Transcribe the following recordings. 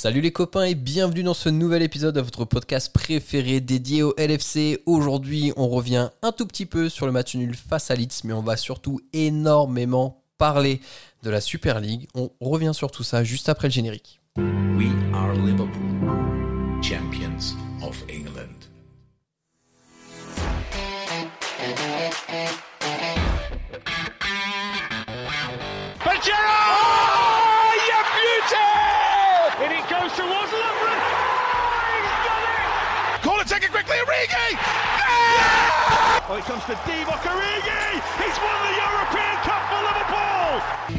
Salut les copains et bienvenue dans ce nouvel épisode de votre podcast préféré dédié au LFC. Aujourd'hui, on revient un tout petit peu sur le match nul face à Leeds, mais on va surtout énormément parler de la Super League. On revient sur tout ça juste après le générique. We are Liverpool, champions of England. But Gerrard! Oh, you beauty! And it goes towards Lovren. Oh, he's done it! Corner taken quickly, Origi! Yeah! Oh, it comes to Divock Origi! He's won the European Cup for Liverpool!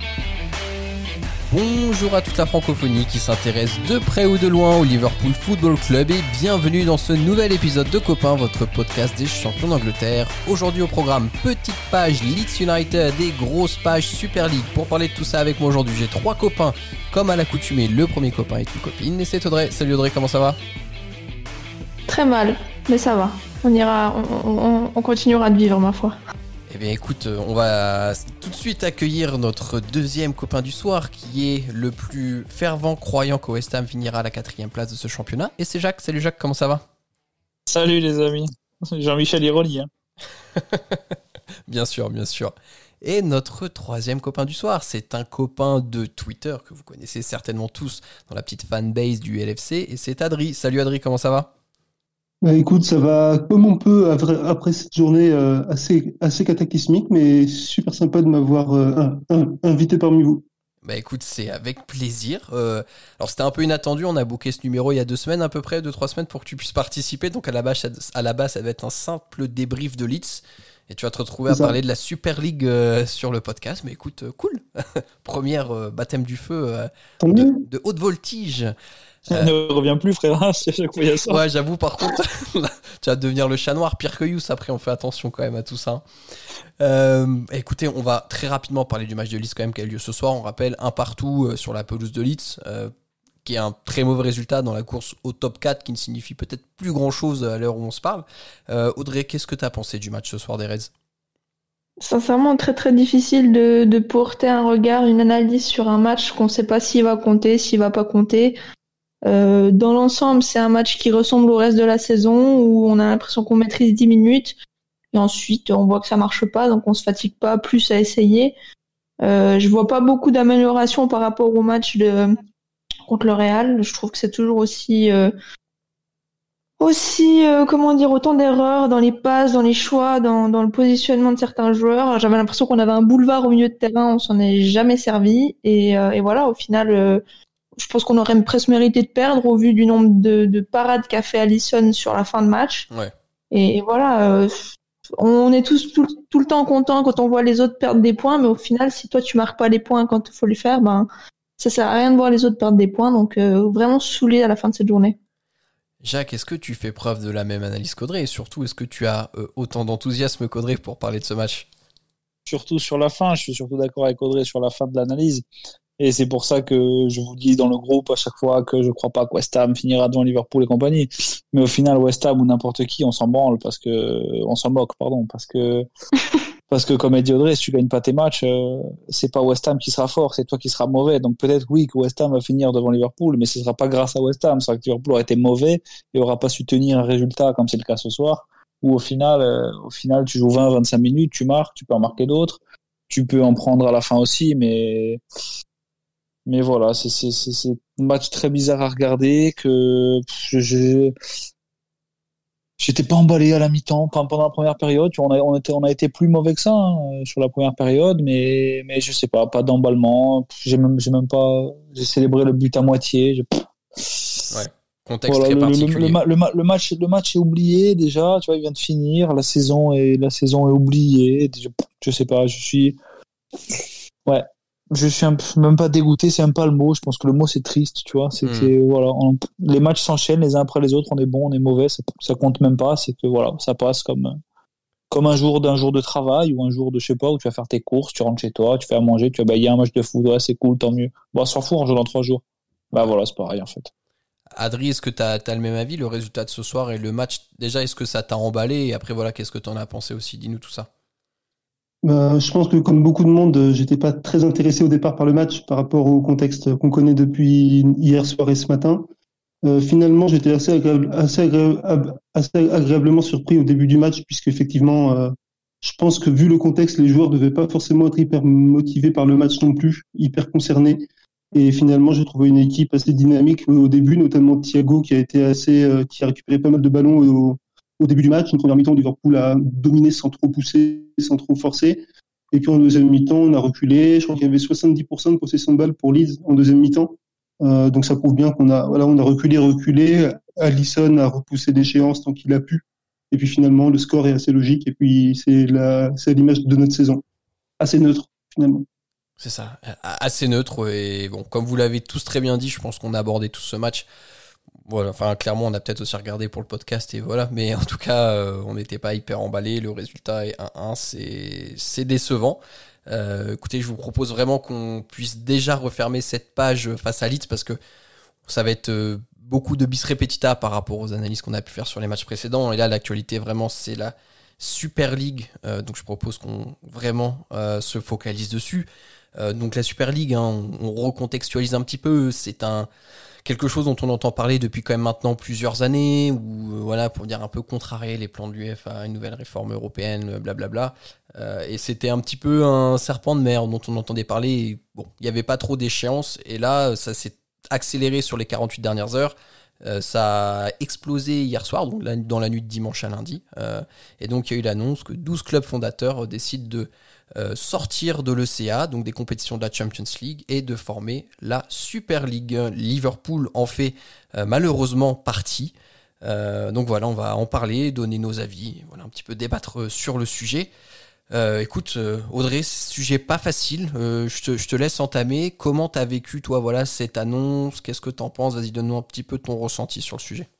Bonjour à toute la francophonie qui s'intéresse de près ou de loin au Liverpool Football Club et bienvenue dans ce nouvel épisode de Copains, votre podcast des champions d'Angleterre. Aujourd'hui au programme, petite page Leeds United et grosse page Super League. Pour parler de tout ça avec moi aujourd'hui, j'ai trois copains. Comme à l'accoutumée, le premier copain est une copine et c'est Audrey. Salut Audrey, comment ça va ? Très mal, mais ça va. On continuera de vivre, ma foi. Eh bien écoute, on va tout de suite accueillir notre deuxième copain du soir qui est le plus fervent croyant que West Ham finira à la 4e place de ce championnat. Et c'est Jacques. Salut Jacques, comment ça va ? Salut les amis, Jean-Michel Iroli. Bien sûr, bien sûr. Et notre troisième copain du soir, c'est un copain de Twitter que vous connaissez certainement tous dans la petite fanbase du LFC et c'est Adri. Salut Adri, comment ça va ? Bah écoute, ça va comme on peut après cette journée assez cataclysmique, mais super sympa de m'avoir invité parmi vous. Bah écoute, c'est avec plaisir. Alors c'était un peu inattendu, on a booké ce numéro il y a 2 semaines à peu près, 2-3 semaines pour que tu puisses participer. Donc à la base, ça va être un simple débrief de Leeds. Et tu vas te retrouver à parler de la Super League sur le podcast. Mais écoute, cool. Première baptême du feu de haute voltige. Ne reviens plus frère, à chaque fois il y a ça. Ouais, j'avoue, par contre, tu vas devenir le chat noir, pire que Yous. Après, on fait attention quand même à tout ça. Écoutez, on va très rapidement parler du match de Leeds quand même qui a lieu ce soir. On rappelle un partout sur la pelouse de Leeds, qui est un très mauvais résultat dans la course au top 4, qui ne signifie peut-être plus grand-chose à l'heure où on se parle. Audrey, qu'est-ce que tu as pensé du match ce soir des Reds ? Sincèrement, très très difficile de porter un regard, une analyse sur un match qu'on ne sait pas s'il va compter, s'il va pas compter. Dans l'ensemble, c'est un match qui ressemble au reste de la saison où on a l'impression qu'on maîtrise 10 minutes et ensuite on voit que ça marche pas, donc on se fatigue pas plus à essayer. Je vois pas beaucoup d'amélioration par rapport au match contre le Real. Je trouve que c'est toujours autant d'erreurs dans les passes, dans les choix, dans le positionnement de certains joueurs. J'avais l'impression qu'on avait un boulevard au milieu de terrain, on s'en est jamais servi et voilà, au final, je pense qu'on aurait presque mérité de perdre au vu du nombre de parades qu'a fait Alisson sur la fin de match. Ouais. Et voilà, on est tous tout le temps contents quand on voit les autres perdre des points, mais au final, si toi tu marques pas les points quand il faut les faire, ça sert à rien de voir les autres perdre des points. Donc vraiment saoulé à la fin de cette journée. Jacques, est-ce que tu fais preuve de la même analyse qu'Audrey et surtout, est-ce que tu as autant d'enthousiasme qu'Audrey pour parler de ce match ? Surtout sur la fin, je suis surtout d'accord avec Audrey sur la fin de l'analyse. Et c'est pour ça que je vous dis dans le groupe à chaque fois que je crois pas que West Ham finira devant Liverpool et compagnie. Mais au final, West Ham ou n'importe qui, on s'en branle on s'en moque, parce que comme a dit Audrey, si tu gagnes pas tes matchs, c'est pas West Ham qui sera fort, c'est toi qui seras mauvais. Donc peut-être oui que West Ham va finir devant Liverpool, mais ce sera pas grâce à West Ham. Ce sera que Liverpool aura été mauvais et aura pas su tenir un résultat comme c'est le cas ce soir, où au final, tu joues 20-25 minutes, tu marques, tu peux en marquer d'autres, tu peux en prendre à la fin aussi, mais voilà, c'est un match très bizarre à regarder que j'étais pas emballé à la mi-temps pendant la première période. On a été plus mauvais que ça sur la première période, mais je sais pas d'emballement. J'ai célébré le but à moitié. Ouais. Contexte voilà, très particulier. Le match est oublié déjà. Tu vois, il vient de finir. La saison est oubliée. Je sais pas. Je suis même pas dégoûté, c'est même pas le mot. Je pense que le mot c'est triste, tu vois. Voilà, les matchs s'enchaînent les uns après les autres. On est bon, on est mauvais, ça compte même pas. C'est que voilà, ça passe comme un jour de travail ou un jour de je sais pas où tu vas faire tes courses, tu rentres chez toi, tu fais à manger, tu vas il y a un match de foot, ouais, c'est cool, tant mieux. Bon, on s'en fout, on joue dans 3 jours. Bah voilà, c'est pareil en fait. Adri, est-ce que t'as le même avis, le résultat de ce soir et le match, déjà, est-ce que ça t'a emballé ? Et après, voilà, qu'est-ce que t'en as pensé aussi ? Dis-nous tout ça. Je pense que comme beaucoup de monde, j'étais pas très intéressé au départ par le match par rapport au contexte qu'on connaît depuis hier soir et ce matin. Finalement, j'étais assez agréablement surpris au début du match, puisque effectivement, je pense que vu le contexte, les joueurs devaient pas forcément être hyper motivés par le match non plus, hyper concernés. Et finalement, j'ai trouvé une équipe assez dynamique au début, notamment Thiago qui a récupéré pas mal de ballons au début du match. Une première mi-temps, Liverpool a dominé sans trop pousser, sans trop forcer. Et puis en deuxième mi-temps, on a reculé. Je crois qu'il y avait 70% de possession de balle pour Leeds en deuxième mi-temps. Donc ça prouve bien on a reculé. Alisson a repoussé d'échéance tant qu'il a pu. Et puis finalement, le score est assez logique. Et puis c'est à l'image de notre saison. Assez neutre, finalement. C'est ça, assez neutre. Et bon, comme vous l'avez tous très bien dit, je pense qu'on a abordé tout ce match. Voilà, enfin, clairement, on a peut-être aussi regardé pour le podcast et voilà. Mais en tout cas, on n'était pas hyper emballé. Le résultat est 1-1. C'est décevant. Écoutez, je vous propose vraiment qu'on puisse déjà refermer cette page face à Leeds parce que ça va être beaucoup de bis repetita par rapport aux analyses qu'on a pu faire sur les matchs précédents. Et là, l'actualité, vraiment, c'est la Super League. Donc, je propose qu'on vraiment se focalise dessus. Donc, la Super League, hein, on recontextualise un petit peu. C'est quelque chose dont on entend parler depuis quand même maintenant plusieurs années, ou voilà, pour dire un peu contrarier les plans de l'UEFA, une nouvelle réforme européenne, blablabla. Et c'était un petit peu un serpent de mer dont on entendait parler. Et bon, il n'y avait pas trop d'échéances, et là, ça s'est accéléré sur les 48 dernières heures. Ça a explosé hier soir, donc dans la nuit de dimanche à lundi. Et donc, il y a eu l'annonce que 12 clubs fondateurs décident de sortir de l'ECA, donc des compétitions de la Champions League, et de former la Super League. Liverpool en fait malheureusement partie. Donc voilà, on va en parler, donner nos avis, voilà, un petit peu débattre sur le sujet. Écoute, Audrey, sujet pas facile. Je te laisse entamer. Comment t'as vécu, toi, voilà, cette annonce? Qu'est-ce que t'en penses? Vas-y, donne-nous un petit peu ton ressenti sur le sujet.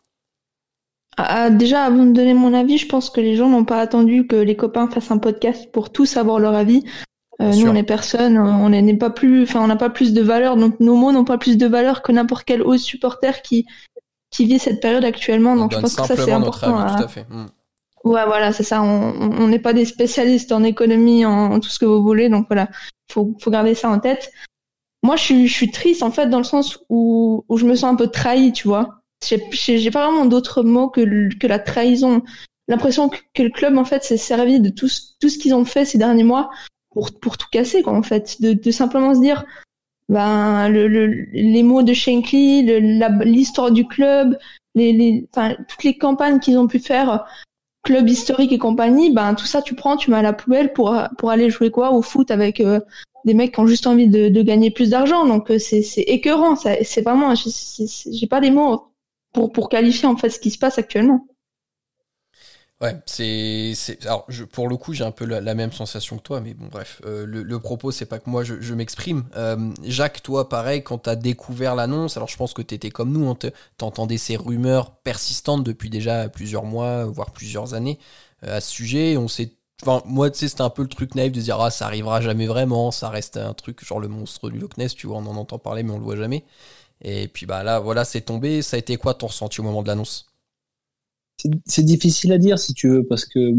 Déjà, avant de donner mon avis, je pense que les gens n'ont pas attendu que les copains fassent un podcast pour tous avoir leur avis. Nous, sûr. on est personne, on n'est pas plus, enfin, on n'a pas plus de valeur, donc nos mots n'ont pas plus de valeur que n'importe quel autre supporter qui vit cette période actuellement. On Donc, je donne pense que ça, c'est simplement notre important. avis, tout à fait. Ouais, voilà, c'est ça. On n'est pas des spécialistes en économie, en tout ce que vous voulez. Donc voilà, faut garder ça en tête. Moi, je suis triste en fait dans le sens où je me sens un peu trahie, tu vois. J'ai pas vraiment d'autres mots que la trahison. L'impression que le club en fait s'est servi de tout ce qu'ils ont fait ces derniers mois pour tout casser, quoi, en fait. De simplement se dire, ben les mots de Shankly, l'histoire du club, enfin toutes les campagnes qu'ils ont pu faire, club historique et compagnie, ben tout ça tu prends, tu mets à la poubelle pour aller jouer quoi au foot avec des mecs qui ont juste envie de gagner plus d'argent. Donc c'est écœurant, c'est vraiment, j'ai pas les mots pour qualifier en fait ce qui se passe actuellement. Ouais, alors pour le coup j'ai un peu la même sensation que toi, mais bon bref, le propos c'est pas que moi je m'exprime. Jacques, toi pareil, quand t'as découvert l'annonce, alors je pense que t'étais comme nous, hein, t'entendais ces rumeurs persistantes depuis déjà plusieurs mois, voire plusieurs années à ce sujet. Enfin moi tu sais c'était un peu le truc naïf de dire ça arrivera jamais vraiment, ça reste un truc genre le monstre du Loch Ness, tu vois, on en entend parler mais on le voit jamais. Et puis bah là voilà c'est tombé. Ça a été quoi ton ressenti au moment de l'annonce? C'est difficile à dire si tu veux parce que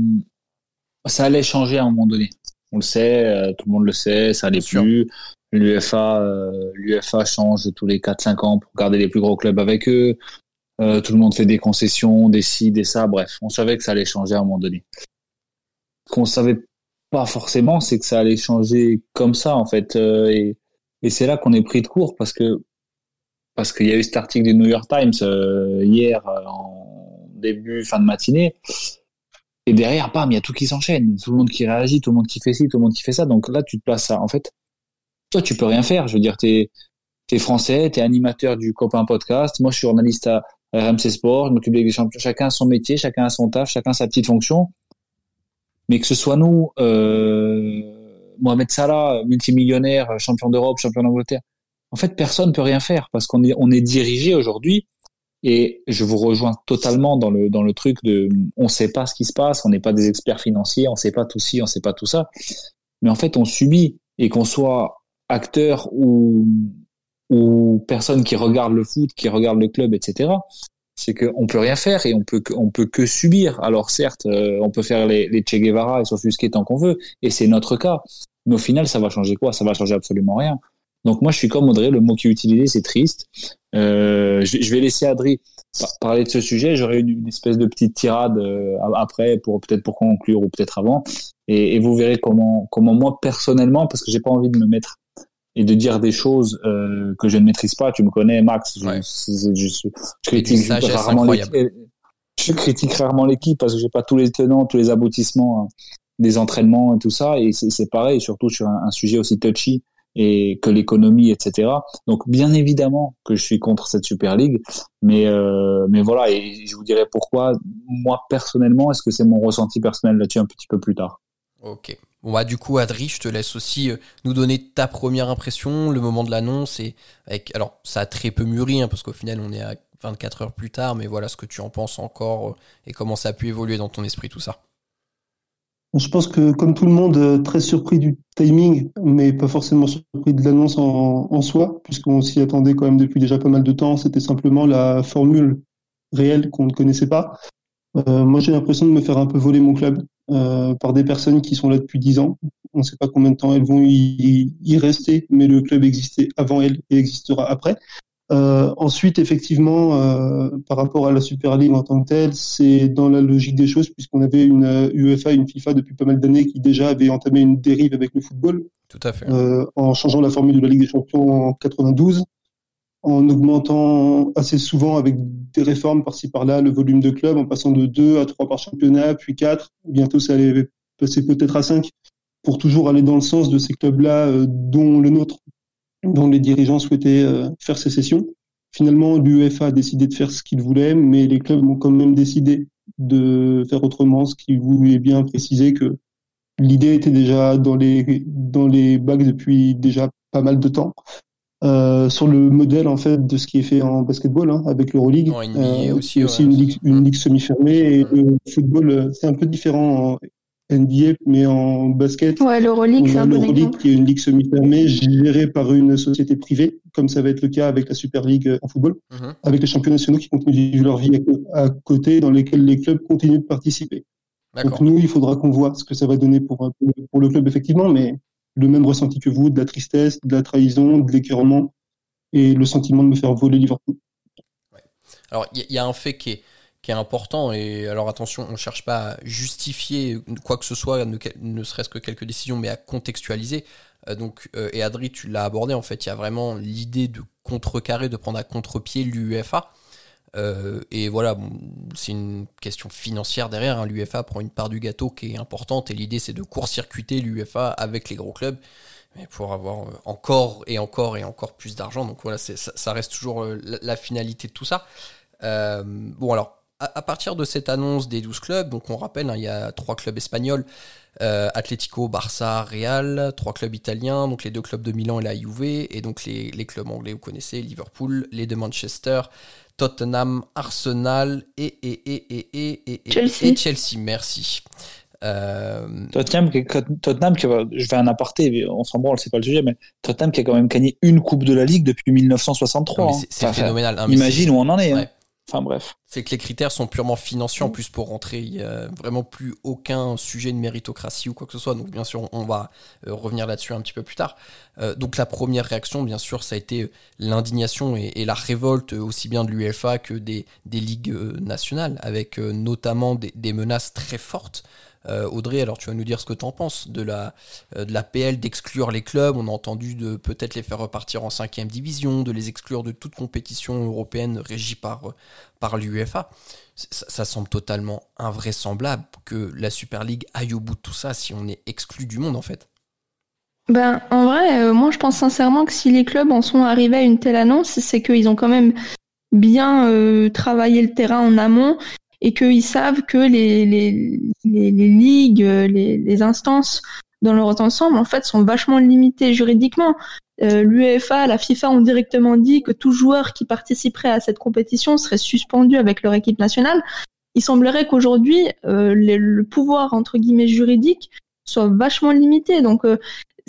ça allait changer à un moment donné. On le sait, tout le monde le sait, ça allait plus. L'UEFA change tous les 4-5 ans pour garder les plus gros clubs avec eux. Tout le monde fait des concessions, des ci, des ça. Bref, on savait que ça allait changer à un moment donné. Ce qu'on savait pas forcément, c'est que ça allait changer comme ça en fait. Et c'est là qu'on est pris de court parce qu'il y a eu cet article du New York Times hier en fin de matinée, et derrière, bam, il y a tout qui s'enchaîne, tout le monde qui réagit, tout le monde qui fait ci, tout le monde qui fait ça, donc là, tu te places ça. En fait, toi, tu peux rien faire, je veux dire, t'es français, t'es animateur du Copain Podcast, moi, je suis journaliste à RMC Sport, je m'occupe des champions, chacun a son métier, chacun a son taf, chacun a sa petite fonction, mais que ce soit nous, Mohamed Salah, multimillionnaire, champion d'Europe, champion d'Angleterre, en fait, personne peut rien faire, parce qu'on est dirigé aujourd'hui. Et je vous rejoins totalement dans le truc de, on sait pas ce qui se passe, on n'est pas des experts financiers, on sait pas tout ci, on sait pas tout ça. Mais en fait, on subit, et qu'on soit acteur ou personne qui regarde le foot, qui regarde le club, etc. c'est qu'on peut rien faire et on peut que subir. Alors certes, on peut faire les Che Guevara et s'offusquer tant qu'on veut, et c'est notre cas. Mais au final, ça va changer quoi? Ça va changer absolument rien. Donc moi, je suis comme Audrey, le mot qui est utilisé, c'est triste. Je vais laisser Adri parler de ce sujet. J'aurai une espèce de petite tirade après, peut-être pour conclure ou peut-être avant. Et vous verrez comment moi, personnellement, parce que j'ai pas envie de me mettre et de dire des choses que je ne maîtrise pas. Tu me connais, Max. Je critique rarement l'équipe parce que j'ai pas tous les tenants, tous les aboutissements des entraînements et tout ça. Et c'est pareil, surtout sur un sujet aussi touchy et que l'économie, etc. Donc bien évidemment que je suis contre cette Super League, mais voilà, et je vous dirai pourquoi. Moi personnellement, est-ce que c'est mon ressenti personnel là-dessus un petit peu plus tard. Ok. Bon bah du coup Adri, je te laisse aussi nous donner ta première impression, le moment de l'annonce alors ça a très peu mûri parce qu'au final on est à 24 heures plus tard, mais voilà ce que tu en penses encore et comment ça a pu évoluer dans ton esprit tout ça. Je pense que, comme tout le monde, très surpris du timing, mais pas forcément surpris de l'annonce en soi, puisqu'on s'y attendait quand même depuis déjà pas mal de temps. C'était simplement la formule réelle qu'on ne connaissait pas. Moi, j'ai l'impression de me faire un peu voler mon club par des personnes qui sont là depuis 10 ans. On ne sait pas combien de temps elles vont y rester, mais le club existait avant elles et existera après. Ensuite, effectivement, par rapport à la Super League en tant que telle, c'est dans la logique des choses, puisqu'on avait une UEFA, une FIFA depuis pas mal d'années qui déjà avait entamé une dérive avec le football. Tout à fait. En changeant la formule de la Ligue des Champions en 92, en augmentant assez souvent avec des réformes par-ci par-là le volume de clubs, en passant de 2 à 3 par championnat, puis 4. Bientôt, ça allait passer peut-être à 5, pour toujours aller dans le sens de ces clubs-là, dont le nôtre, dont les dirigeants souhaitaient faire sécession. Finalement, l'UEFA a décidé de faire ce qu'il voulait, mais les clubs ont quand même décidé de faire autrement, ce qui voulait bien préciser que l'idée était déjà dans les bacs depuis déjà pas mal de temps. Sur le modèle en fait de ce qui est fait en basketball avec l'Euroleague, En NBA aussi, une ligue semi-fermée, et le football c'est un peu différent en NBA, mais en basket, l'Euroleague, c'est un bon l'Euroleague exemple. qui est une ligue semi-fermée gérée par une société privée, comme ça va être le cas avec la Super League en football, avec les championnats nationaux qui continuent de vivre leur vie à côté, dans lesquels les clubs continuent de participer. D'accord. Donc nous, il faudra qu'on voit ce que ça va donner pour le club effectivement, mais le même ressenti que vous, de la tristesse, de la trahison, de l'écœurement et le sentiment de me faire voler Liverpool. Ouais. Alors il y a un fait qui est important, et alors attention, on ne cherche pas à justifier quoi que ce soit, ne serait-ce que quelques décisions, mais à contextualiser. Et Adri, tu l'as abordé, en fait, il y a vraiment l'idée de contrecarrer, de prendre à contre-pied l'UEFA. Et voilà, c'est une question financière derrière. L'UEFA prend une part du gâteau qui est importante, et l'idée c'est de court-circuiter l'UEFA avec les gros clubs, mais pour avoir encore et encore et encore plus d'argent. Donc voilà, ça reste toujours la finalité de tout ça. Bon alors, à partir de cette annonce des 12 clubs, donc on rappelle, il y a 3 clubs espagnols, Atlético, Barça, Real, 3 clubs italiens, donc les 2 clubs de Milan et la Juve, et donc les clubs anglais, vous connaissez, Liverpool, les de Manchester, Tottenham, Arsenal et Chelsea. Merci. Tottenham, je fais un aparté, on s'en branle, c'est pas le sujet, mais Tottenham qui a quand même gagné une Coupe de la Ligue depuis 1963. Non, c'est phénoménal. Imagine où on en est. Ouais. Enfin bref. C'est que les critères sont purement financiers en plus pour rentrer. Il n'y a vraiment plus aucun sujet de méritocratie ou quoi que ce soit. Donc bien sûr, on va revenir là-dessus un petit peu plus tard. Donc la première réaction, bien sûr, ça a été l'indignation et la révolte aussi bien de l'UEFA que des ligues nationales, avec notamment des menaces très fortes. Audrey, alors tu vas nous dire ce que tu en penses de la PL, d'exclure les clubs. On a entendu de peut-être les faire repartir en 5e division, de les exclure de toute compétition européenne régie par l'UEFA. Ça semble totalement invraisemblable que la Super League aille au bout de tout ça si on est exclu du monde en fait. En vrai, moi je pense sincèrement que si les clubs en sont arrivés à une telle annonce, c'est qu'ils ont quand même bien travaillé le terrain en amont, et qu'ils savent que les ligues, les instances dans leur ensemble, en fait, sont vachement limitées juridiquement. L'UEFA, la FIFA ont directement dit que tout joueur qui participerait à cette compétition serait suspendu avec leur équipe nationale. Il semblerait qu'aujourd'hui, le pouvoir, entre guillemets, juridique soit vachement limité. Donc,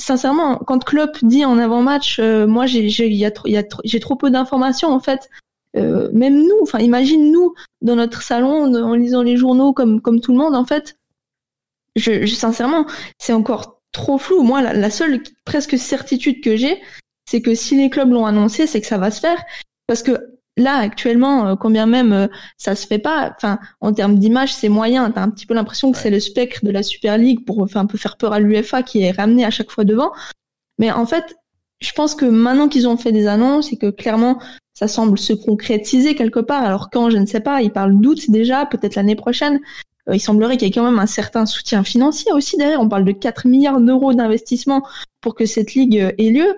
sincèrement, quand Klopp dit en avant-match, moi, j'ai trop peu d'informations, en fait. même nous, enfin imagine nous dans notre salon en lisant les journaux comme tout le monde en fait. Je sincèrement, c'est encore trop flou. Moi, la seule presque certitude que j'ai, c'est que si les clubs l'ont annoncé, c'est que ça va se faire. Parce que là, actuellement, quand bien même ça se fait pas, enfin, en termes d'image, c'est moyen. T'as un petit peu l'impression que c'est le spectre de la Super League pour un peu faire peur à l'UEFA qui est ramené à chaque fois devant. Mais en fait, je pense que maintenant qu'ils ont fait des annonces et que clairement, ça semble se concrétiser quelque part. Alors quand, je ne sais pas, ils parlent d'août déjà, peut-être l'année prochaine. Il semblerait qu'il y ait quand même un certain soutien financier aussi derrière. On parle de 4 milliards d'euros d'investissement pour que cette ligue ait lieu.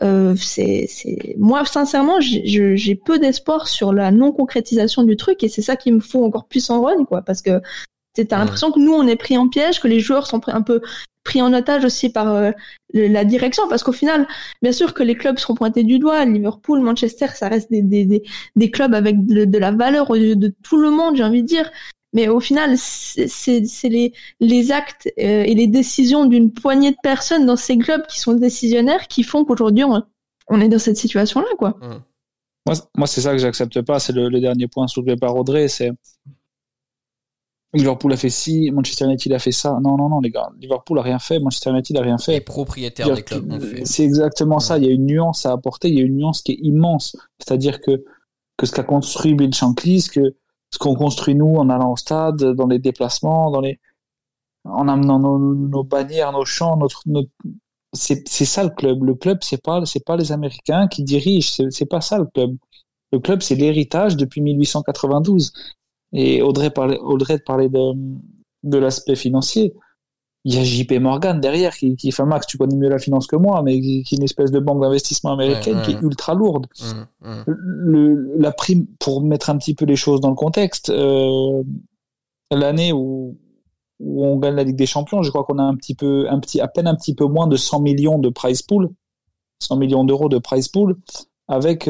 Moi, sincèrement, j'ai peu d'espoir sur la non-concrétisation du truc et c'est ça qui me fout encore plus en rogne, quoi, parce que t'as l'impression que nous, on est pris en piège, que les joueurs sont un peu pris en otage aussi par la direction, parce qu'au final, bien sûr que les clubs seront pointés du doigt. Liverpool, Manchester, ça reste des clubs avec de la valeur aux yeux de tout le monde, j'ai envie de dire. Mais au final, c'est les actes et les décisions d'une poignée de personnes dans ces clubs qui sont décisionnaires qui font qu'aujourd'hui on est dans cette situation-là, quoi. Moi, c'est ça que j'accepte pas. C'est le dernier point soulevé par Audrey. C'est Liverpool a fait ci, Manchester United a fait ça. Non, les gars. Liverpool a rien fait, Manchester United a rien fait. Les propriétaires des clubs ont fait. C'est exactement ça. Il y a une nuance à apporter. Il y a une nuance qui est immense. C'est-à-dire que ce qu'a construit Bill Shankly, ce qu'on construit nous en allant au stade, dans les déplacements, en amenant nos bannières, nos chants, c'est ça le club. Le club, c'est pas les Américains qui dirigent, c'est pas ça le club. Le club, c'est l'héritage depuis 1892. Et Audrey parlait de l'aspect financier. Il y a JP Morgan derrière qui fait Max, tu connais mieux la finance que moi, mais qui est une espèce de banque d'investissement américaine qui est ultra lourde. La prime, pour mettre un petit peu les choses dans le contexte, l'année où on gagne la Ligue des Champions, je crois qu'on a à peine un petit peu moins de 100 millions de prize pool, 100 millions d'euros de prize pool, avec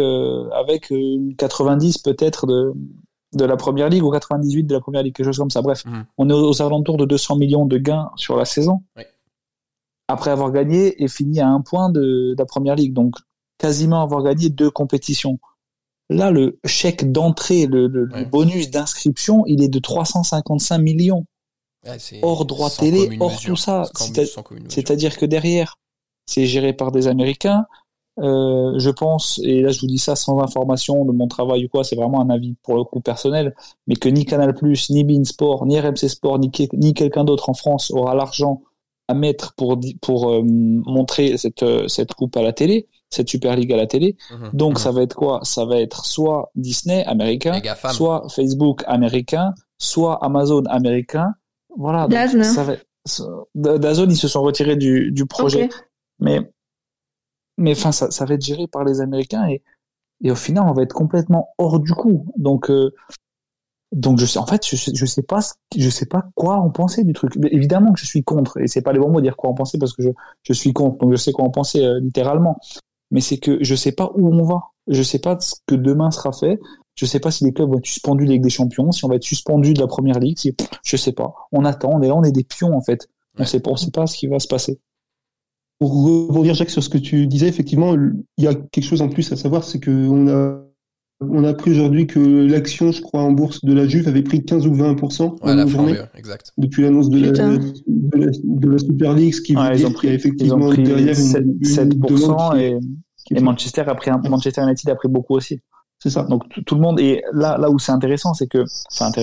90 peut-être de la première ligue ou 98 de la première ligue, quelque chose comme ça. Bref, on est aux alentours de 200 millions de gains sur la saison. Oui. Après avoir gagné et fini à 1 point de la première ligue. Donc, quasiment avoir gagné 2 compétitions. Là, le chèque d'entrée, le bonus d'inscription, il est de 355 millions. Ouais, hors droit télé, hors mesure. Tout ça. C'est-à-dire que derrière, c'est géré par des Américains. Je pense, et là je vous dis ça sans information de mon travail ou quoi, c'est vraiment un avis pour le coup personnel, mais que ni Canal+, ni beIN Sport, ni RMC Sport, ni quelqu'un d'autre en France aura l'argent à mettre pour montrer cette coupe à la télé, cette Super League à la télé. Donc ça va être quoi? Ça va être soit Disney américain, soit Facebook américain, soit Amazon américain. Voilà. DAZN, ils se sont retirés du projet. Okay. Mais enfin, ça va être géré par les Américains et au final, on va être complètement hors du coup. Donc je sais pas quoi en penser du truc. Mais évidemment que je suis contre, et c'est pas les bons mots de dire quoi en penser parce que je suis contre, donc je sais quoi en penser littéralement. Mais c'est que je sais pas où on va. Je sais pas ce que demain sera fait. Je sais pas si les clubs vont être suspendus de la Ligue des Champions, si on va être suspendu de la Première Ligue. Je sais pas. On attend, on est là, on est des pions en fait. On sait pas ce qui va se passer. Pour rebondir, Jacques, sur ce que tu disais, effectivement, il y a quelque chose en plus à savoir, c'est que on a appris aujourd'hui que l'action, je crois, en bourse de la Juve avait pris 15 ou 20% en une journée, exact. Depuis l'annonce de la Super League, ce qui veut dire qu'il y a effectivement derrière 7% et Manchester United a pris beaucoup aussi. C'est ça. Donc tout le monde, et là où c'est intéressant, c'est que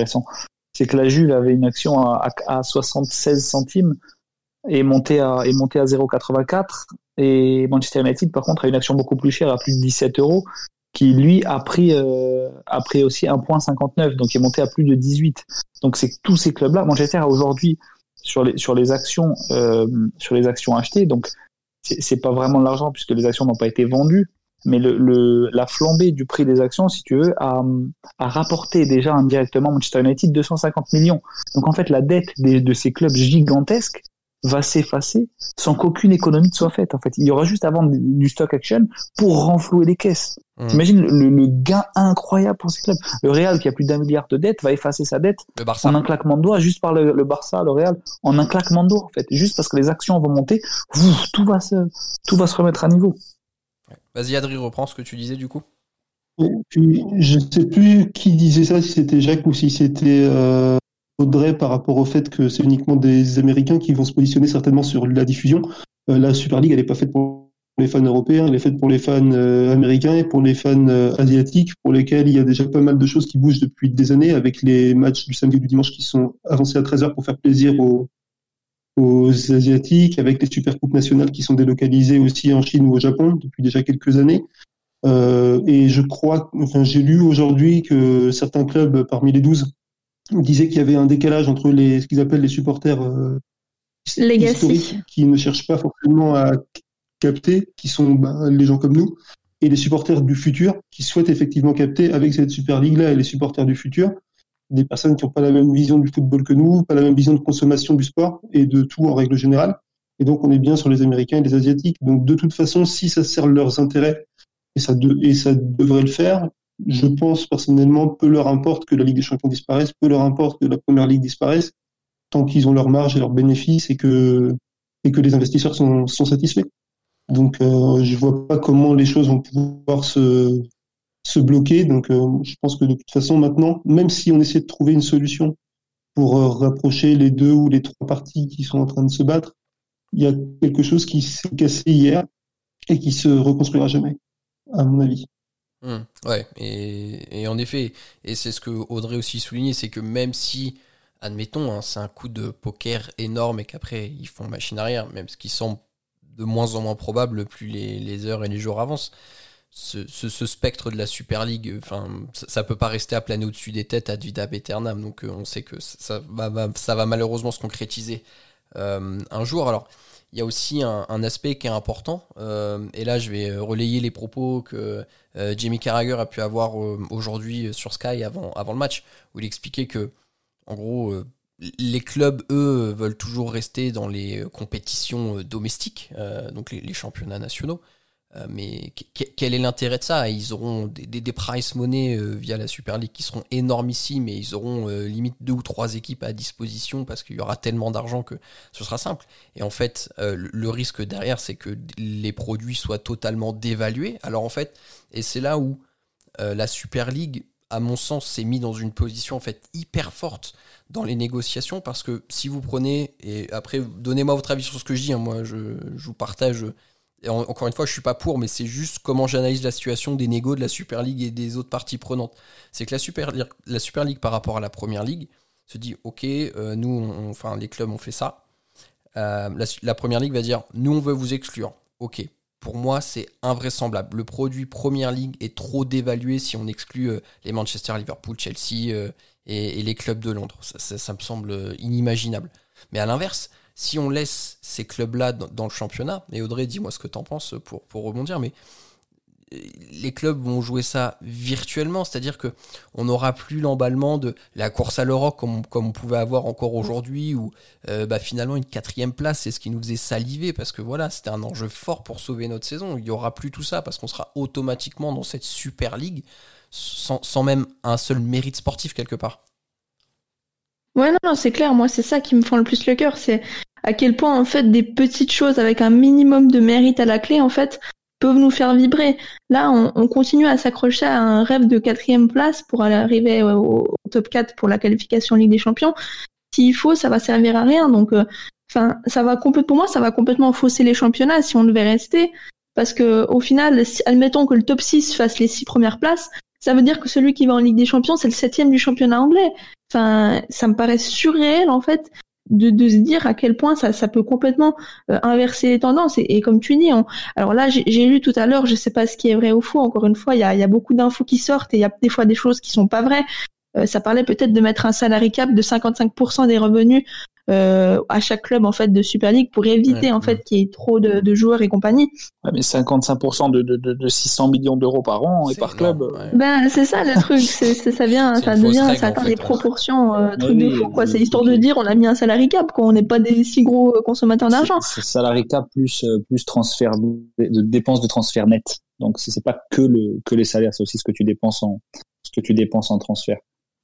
la Juve avait une action à 76 centimes est monté à 0,84 et Manchester United par contre a une action beaucoup plus chère à plus de 17 euros qui lui a pris aussi 1,59 donc est monté à plus de 18. Donc c'est que tous ces clubs là, Manchester a aujourd'hui sur les actions achetées, donc c'est pas vraiment de l'argent puisque les actions n'ont pas été vendues, mais la flambée du prix des actions, si tu veux, a rapporté déjà indirectement Manchester United 250 millions. Donc en fait la dette de ces clubs gigantesques va s'effacer sans qu'aucune économie ne soit faite. En fait, il y aura juste à vendre du stock action pour renflouer les caisses. T'imagines le gain incroyable pour ces clubs. Le Real, qui a plus d'1 milliard de dettes, va effacer sa dette en un claquement de doigts, juste par le Barça, le Real, en un claquement de doigts, en fait, juste parce que les actions vont monter, tout va se remettre à niveau. Vas-y, Adri, reprends ce que tu disais du coup. Et puis, je sais plus qui disait ça, si c'était Jacques ou si c'était Audrey, par rapport au fait que c'est uniquement des Américains qui vont se positionner certainement sur la diffusion. La Super League, elle n'est pas faite pour les fans européens, elle est faite pour les fans américains et pour les fans asiatiques, pour lesquels il y a déjà pas mal de choses qui bougent depuis des années, avec les matchs du samedi ou du dimanche qui sont avancés à 13h pour faire plaisir aux Asiatiques, avec les super coupes nationales qui sont délocalisées aussi en Chine ou au Japon depuis déjà quelques années. Et je crois, enfin, j'ai lu aujourd'hui que certains clubs parmi les 12 disaient qu'il y avait un décalage entre ce qu'ils appellent les supporters Legacy. historiques qui ne cherchent pas forcément à capter, qui sont les gens comme nous, et les supporters du futur qui souhaitent effectivement capter avec cette Super League-là, et les supporters du futur, des personnes qui n'ont pas la même vision du football que nous, pas la même vision de consommation du sport et de tout en règle générale. Et donc on est bien sur les Américains et les Asiatiques. Donc de toute façon, si ça sert leurs intérêts, et ça devrait le faire, je pense personnellement, peu leur importe que la Ligue des Champions disparaisse, peu leur importe que la Première Ligue disparaisse, tant qu'ils ont leur marge et leurs bénéfices et que les investisseurs sont satisfaits. Donc je vois pas comment les choses vont pouvoir se bloquer. Donc je pense que de toute façon maintenant, même si on essaie de trouver une solution pour rapprocher les 2 ou les 3 parties qui sont en train de se battre, il y a quelque chose qui s'est cassé hier et qui se reconstruira jamais, à mon avis. Ouais, et en effet, et c'est ce que Audrey aussi soulignait, c'est que même si, admettons, hein, c'est un coup de poker énorme et qu'après ils font machine arrière, même ce qui semble de moins en moins probable plus les heures et les jours avancent, ce spectre de la Super League, ça peut pas rester à planer au-dessus des têtes ad vitam aeternam, donc on sait que ça va malheureusement se concrétiser un jour. Alors il y a aussi un aspect qui est important, et là je vais relayer les propos que Jamie Carragher a pu avoir aujourd'hui sur Sky avant le match, où il expliquait que en gros les clubs, eux, veulent toujours rester dans les compétitions domestiques, donc les championnats nationaux. Mais quel est l'intérêt de ça? Ils auront des prize money via la Super League qui seront énormissimes, et ils auront limite 2 ou 3 équipes à disposition parce qu'il y aura tellement d'argent que ce sera simple. Et en fait, le risque derrière, c'est que les produits soient totalement dévalués. Alors en fait, et c'est là où la Super League, à mon sens, s'est mis dans une position en fait hyper forte dans les négociations, parce que si vous prenez, et après donnez-moi votre avis sur ce que je dis, hein, moi je vous partage, et encore une fois je suis pas pour, mais c'est juste comment j'analyse la situation des négos de la Super League et des autres parties prenantes. C'est que la Super League par rapport à la Première Ligue se dit ok, nous les clubs ont fait ça, la Première Ligue va dire nous on veut vous exclure. Ok, pour moi c'est invraisemblable, le produit Première Ligue est trop dévalué si on exclut les Manchester, Liverpool, Chelsea et les clubs de Londres. Ça me semble inimaginable. Mais à l'inverse, si on laisse ces clubs-là dans le championnat, et Audrey, dis-moi ce que t'en penses pour rebondir, mais les clubs vont jouer ça virtuellement, c'est-à-dire que on n'aura plus l'emballement de la course à l'Euro comme on pouvait avoir encore aujourd'hui, où finalement une 4e place, c'est ce qui nous faisait saliver, parce que voilà, c'était un enjeu fort pour sauver notre saison. Il n'y aura plus tout ça, parce qu'on sera automatiquement dans cette Super League sans même un seul mérite sportif quelque part. Ouais, non, c'est clair. Moi, c'est ça qui me fend le plus le cœur. C'est à quel point, en fait, des petites choses avec un minimum de mérite à la clé, en fait, peuvent nous faire vibrer. Là, on continue à s'accrocher à un rêve de 4e place pour aller arriver au top 4 pour la qualification Ligue des Champions. S'il faut, ça va servir à rien. Donc, pour moi, ça va complètement fausser les championnats si on devait rester. Parce que, au final, admettons que le top 6 fasse les 6 premières places, ça veut dire que celui qui va en Ligue des Champions, c'est le 7e du championnat anglais. Enfin, ça me paraît surréel, en fait, de se dire à quel point ça peut complètement inverser les tendances. Et comme tu dis, alors là, j'ai lu tout à l'heure, je sais pas ce qui est vrai ou faux. Encore une fois, il y a beaucoup d'infos qui sortent, et il y a des fois des choses qui sont pas vraies. Ça parlait peut-être de mettre un salary cap de 55% des revenus à chaque club, en fait, de Super League, pour éviter en fait qu'il y ait trop de joueurs et compagnie. Ouais, mais 55% de 600 millions d'euros par an et par club. Ouais. Ben c'est ça le truc, ça atteint des proportions truc de fou, quoi. C'est histoire de dire on a mis un salary cap, quoi. On n'est pas des si gros consommateurs d'argent. C'est salary cap plus transfert de dépenses de transfert net. Donc c'est pas que les salaires, c'est aussi ce que tu dépenses en transfert.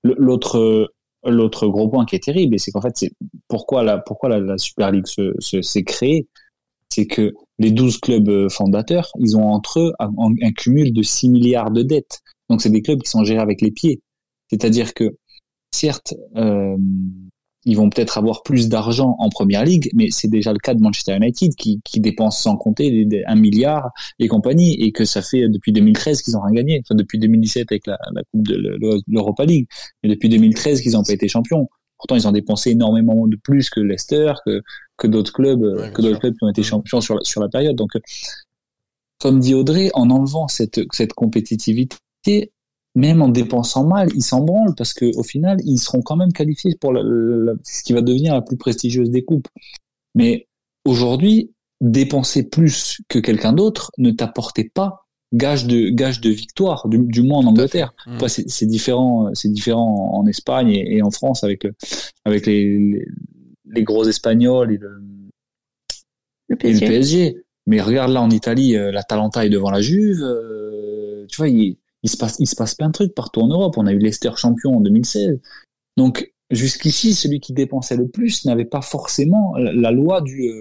L'autre gros point qui est terrible, et c'est qu'en fait, c'est pourquoi la Super League s'est créée, c'est que les 12 clubs fondateurs, ils ont entre eux un cumul de 6 milliards de dettes. Donc c'est des clubs qui sont gérés avec les pieds. C'est-à-dire que, certes, ils vont peut-être avoir plus d'argent en première ligue, mais c'est déjà le cas de Manchester United qui dépense sans compter 1 milliard et compagnie, et que ça fait depuis 2013 qu'ils ont rien gagné. Enfin, depuis 2017 avec la coupe de l'Europa League, mais depuis 2013 qu'ils n'ont pas été champions. Pourtant, ils ont dépensé énormément de plus que Leicester, que d'autres clubs, clubs qui ont été champions sur la période. Donc, comme dit Audrey, en enlevant cette compétitivité, même en dépensant mal, ils s'en branlent parce que au final, ils seront quand même qualifiés pour ce qui va devenir la plus prestigieuse des coupes. Mais aujourd'hui, dépenser plus que quelqu'un d'autre ne t'apportait pas gage de victoire, du moins en Angleterre. Après, c'est différent en Espagne et en France avec les gros Espagnols et le PSG. Mais regarde là en Italie, l'Atalanta est devant la Juve. Tu vois, il se passe plein de trucs partout en Europe. On a eu Leicester champion en 2016. Donc jusqu'ici, celui qui dépensait le plus n'avait pas forcément la loi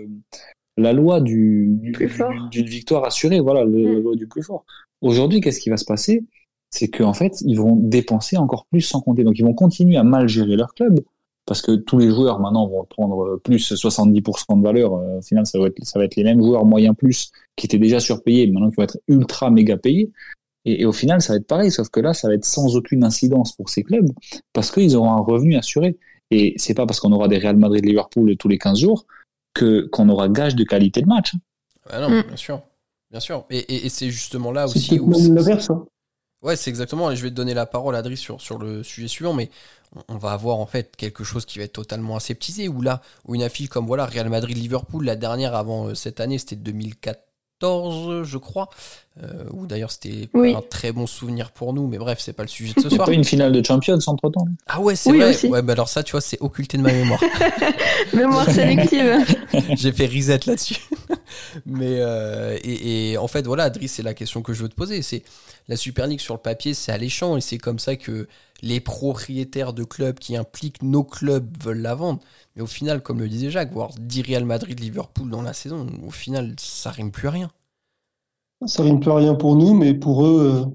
d'une victoire assurée. Voilà, la loi du plus fort. Aujourd'hui, qu'est-ce qui va se passer? C'est qu'en fait, ils vont dépenser encore plus sans compter. Donc ils vont continuer à mal gérer leur club. Parce que tous les joueurs maintenant vont prendre plus 70% de valeur. Au final, ça va être les mêmes joueurs moyens plus qui étaient déjà surpayés, maintenant qui vont être ultra méga payés. Et au final, ça va être pareil, sauf que là, ça va être sans aucune incidence pour ces clubs parce qu'ils auront un revenu assuré. Et c'est pas parce qu'on aura des Real Madrid, Liverpool tous les 15 jours qu'on aura gage de qualité de match. Ah non, bien sûr. Et c'est justement là aussi où l'inverse. Ouais, c'est exactement. Et je vais te donner la parole, Adri, sur le sujet suivant, mais on va avoir en fait quelque chose qui va être totalement aseptisé. Où une affiche comme Real Madrid-Liverpool, la dernière avant cette année, c'était 2014, je crois. Où d'ailleurs c'était pas un très bon souvenir pour nous, mais bref, c'est pas le sujet de ce soir. Pas une finale de Champions entre temps. Ah ouais, c'est vrai. Aussi. Ouais, bah alors ça, tu vois, c'est occulté de ma mémoire. Mémoire sélective. J'ai fait reset là-dessus. Mais et en fait, voilà, Adri, c'est la question que je veux te poser. C'est la Super League sur le papier, c'est alléchant et c'est comme ça que les propriétaires de clubs qui impliquent nos clubs veulent la vendre. Mais au final, comme le disait Jacques, voir 10 Real Madrid, Liverpool dans la saison, au final, ça rime plus à rien. Ça rime plus à rien pour nous, mais pour eux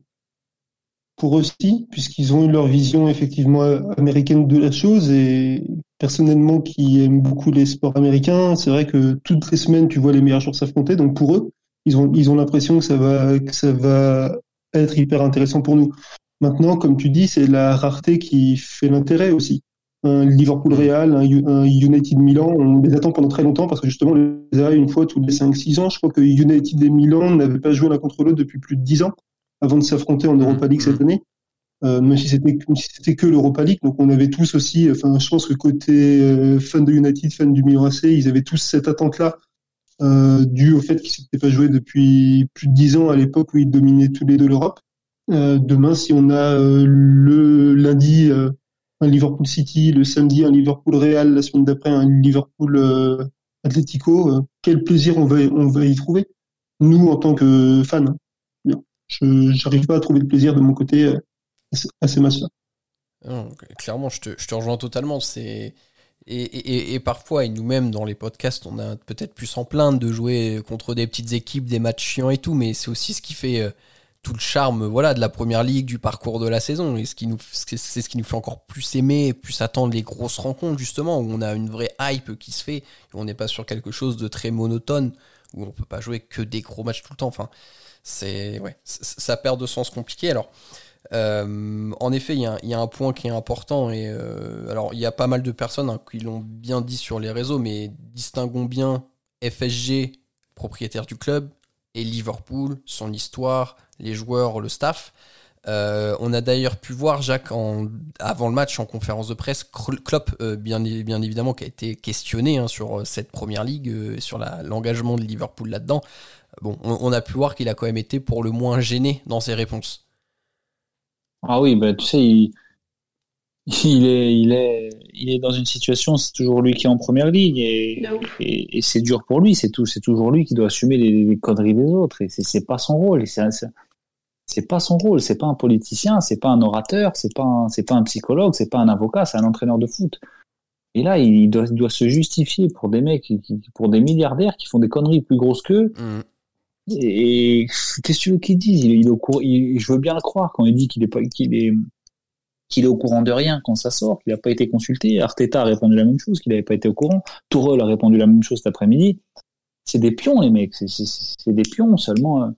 aussi, puisqu'ils ont eu leur vision effectivement américaine de la chose. Et personnellement, qui aime beaucoup les sports américains, c'est vrai que toutes les semaines, tu vois les meilleurs joueurs s'affronter. Donc pour eux, ils ont l'impression que ça va être hyper intéressant pour nous. Maintenant, comme tu dis, c'est la rareté qui fait l'intérêt aussi. Un Liverpool Real, un United Milan, on les attend pendant très longtemps parce que justement, on les a une fois tous les 5-6 ans. Je crois que United et Milan n'avaient pas joué l'un contre l'autre depuis plus de 10 ans avant de s'affronter en Europa League cette année. Même si c'était que l'Europa League. Donc on avait tous aussi, enfin je pense que côté fan de United, fan du Milan AC, ils avaient tous cette attente-là due au fait qu'ils s'étaient pas joués depuis plus de 10 ans à l'époque où ils dominaient tous les deux l'Europe. Demain, si on a le lundi un Liverpool City, le samedi un Liverpool Real, la semaine d'après un Liverpool Atlético, quel plaisir on va y trouver. Nous, en tant que fans, je n'arrive pas à trouver le plaisir de mon côté à ces matchs-là. Non, clairement, je te rejoins totalement. Et parfois, et nous-mêmes dans les podcasts, on a peut-être pu s'en plaindre de jouer contre des petites équipes, des matchs chiants et tout, mais c'est aussi ce qui fait tout le charme, de la première ligue, du parcours de la saison, et c'est ce qui nous fait encore plus aimer, plus attendre les grosses rencontres justement, où on a une vraie hype qui se fait, et on n'est pas sur quelque chose de très monotone, où on peut pas jouer que des gros matchs tout le temps. Enfin, ça perd de sens compliqué. Alors, en effet, il y a un point qui est important, et alors il y a pas mal de personnes qui l'ont bien dit sur les réseaux, mais distinguons bien FSG, propriétaire du club, et Liverpool, son histoire, les joueurs, le staff. On a d'ailleurs pu voir Jacques avant le match en conférence de presse, Klopp bien évidemment qui a été questionné sur cette première ligue, sur l'engagement de Liverpool là-dedans. Bon, on a pu voir qu'il a quand même été pour le moins gêné dans ses réponses. Ah oui, tu sais, il est dans une situation, c'est toujours lui qui est en première ligue et c'est dur pour lui, c'est toujours lui qui doit assumer les conneries des autres et c'est pas son rôle. C'est pas son rôle, c'est pas un politicien, c'est pas un orateur, c'est pas un psychologue, c'est pas un avocat, c'est un entraîneur de foot. Et là, il doit se justifier pour des mecs, pour des milliardaires qui font des conneries plus grosses qu'eux. Et qu'est-ce que tu veux qu'il dise? Il est au courant. Je veux bien le croire quand il dit qu'il est au courant de rien quand ça sort, qu'il n'a pas été consulté. Arteta a répondu la même chose, qu'il n'avait pas été au courant. Tourelle a répondu la même chose cet après-midi. C'est des pions, les mecs. C'est des pions. Seulement,